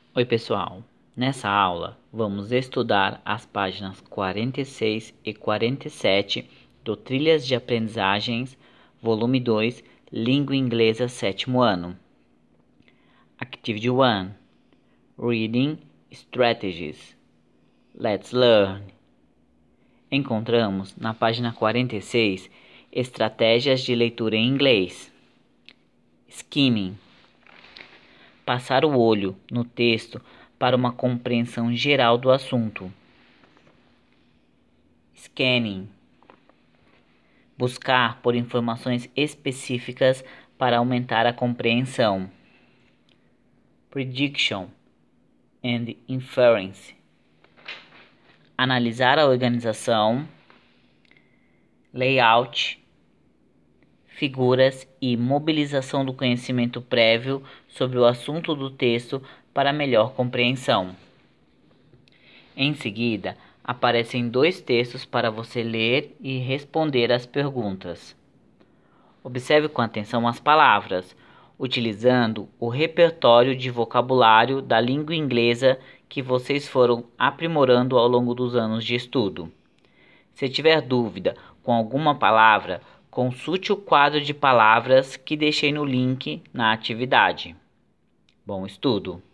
Oi, pessoal! Nessa aula, vamos estudar as páginas 46 e 47 do Trilhas de Aprendizagens, volume 2, Língua Inglesa, sétimo ano. Activity 1. Reading Strategies. Let's learn. Encontramos, na página 46, estratégias de leitura em inglês. Skimming. Passar o olho no texto para uma compreensão geral do assunto. Scanning. Buscar por informações específicas para aumentar a compreensão. Prediction and Inference. Analisar a organização, layout, figuras e mobilização do conhecimento prévio sobre o assunto do texto para melhor compreensão. Em seguida, aparecem 2 textos para você ler e responder às perguntas. Observe com atenção as palavras, utilizando o repertório de vocabulário da língua inglesa que vocês foram aprimorando ao longo dos anos de estudo. Se tiver dúvida com alguma palavra, consulte o quadro de palavras que deixei no link na atividade. Bom estudo!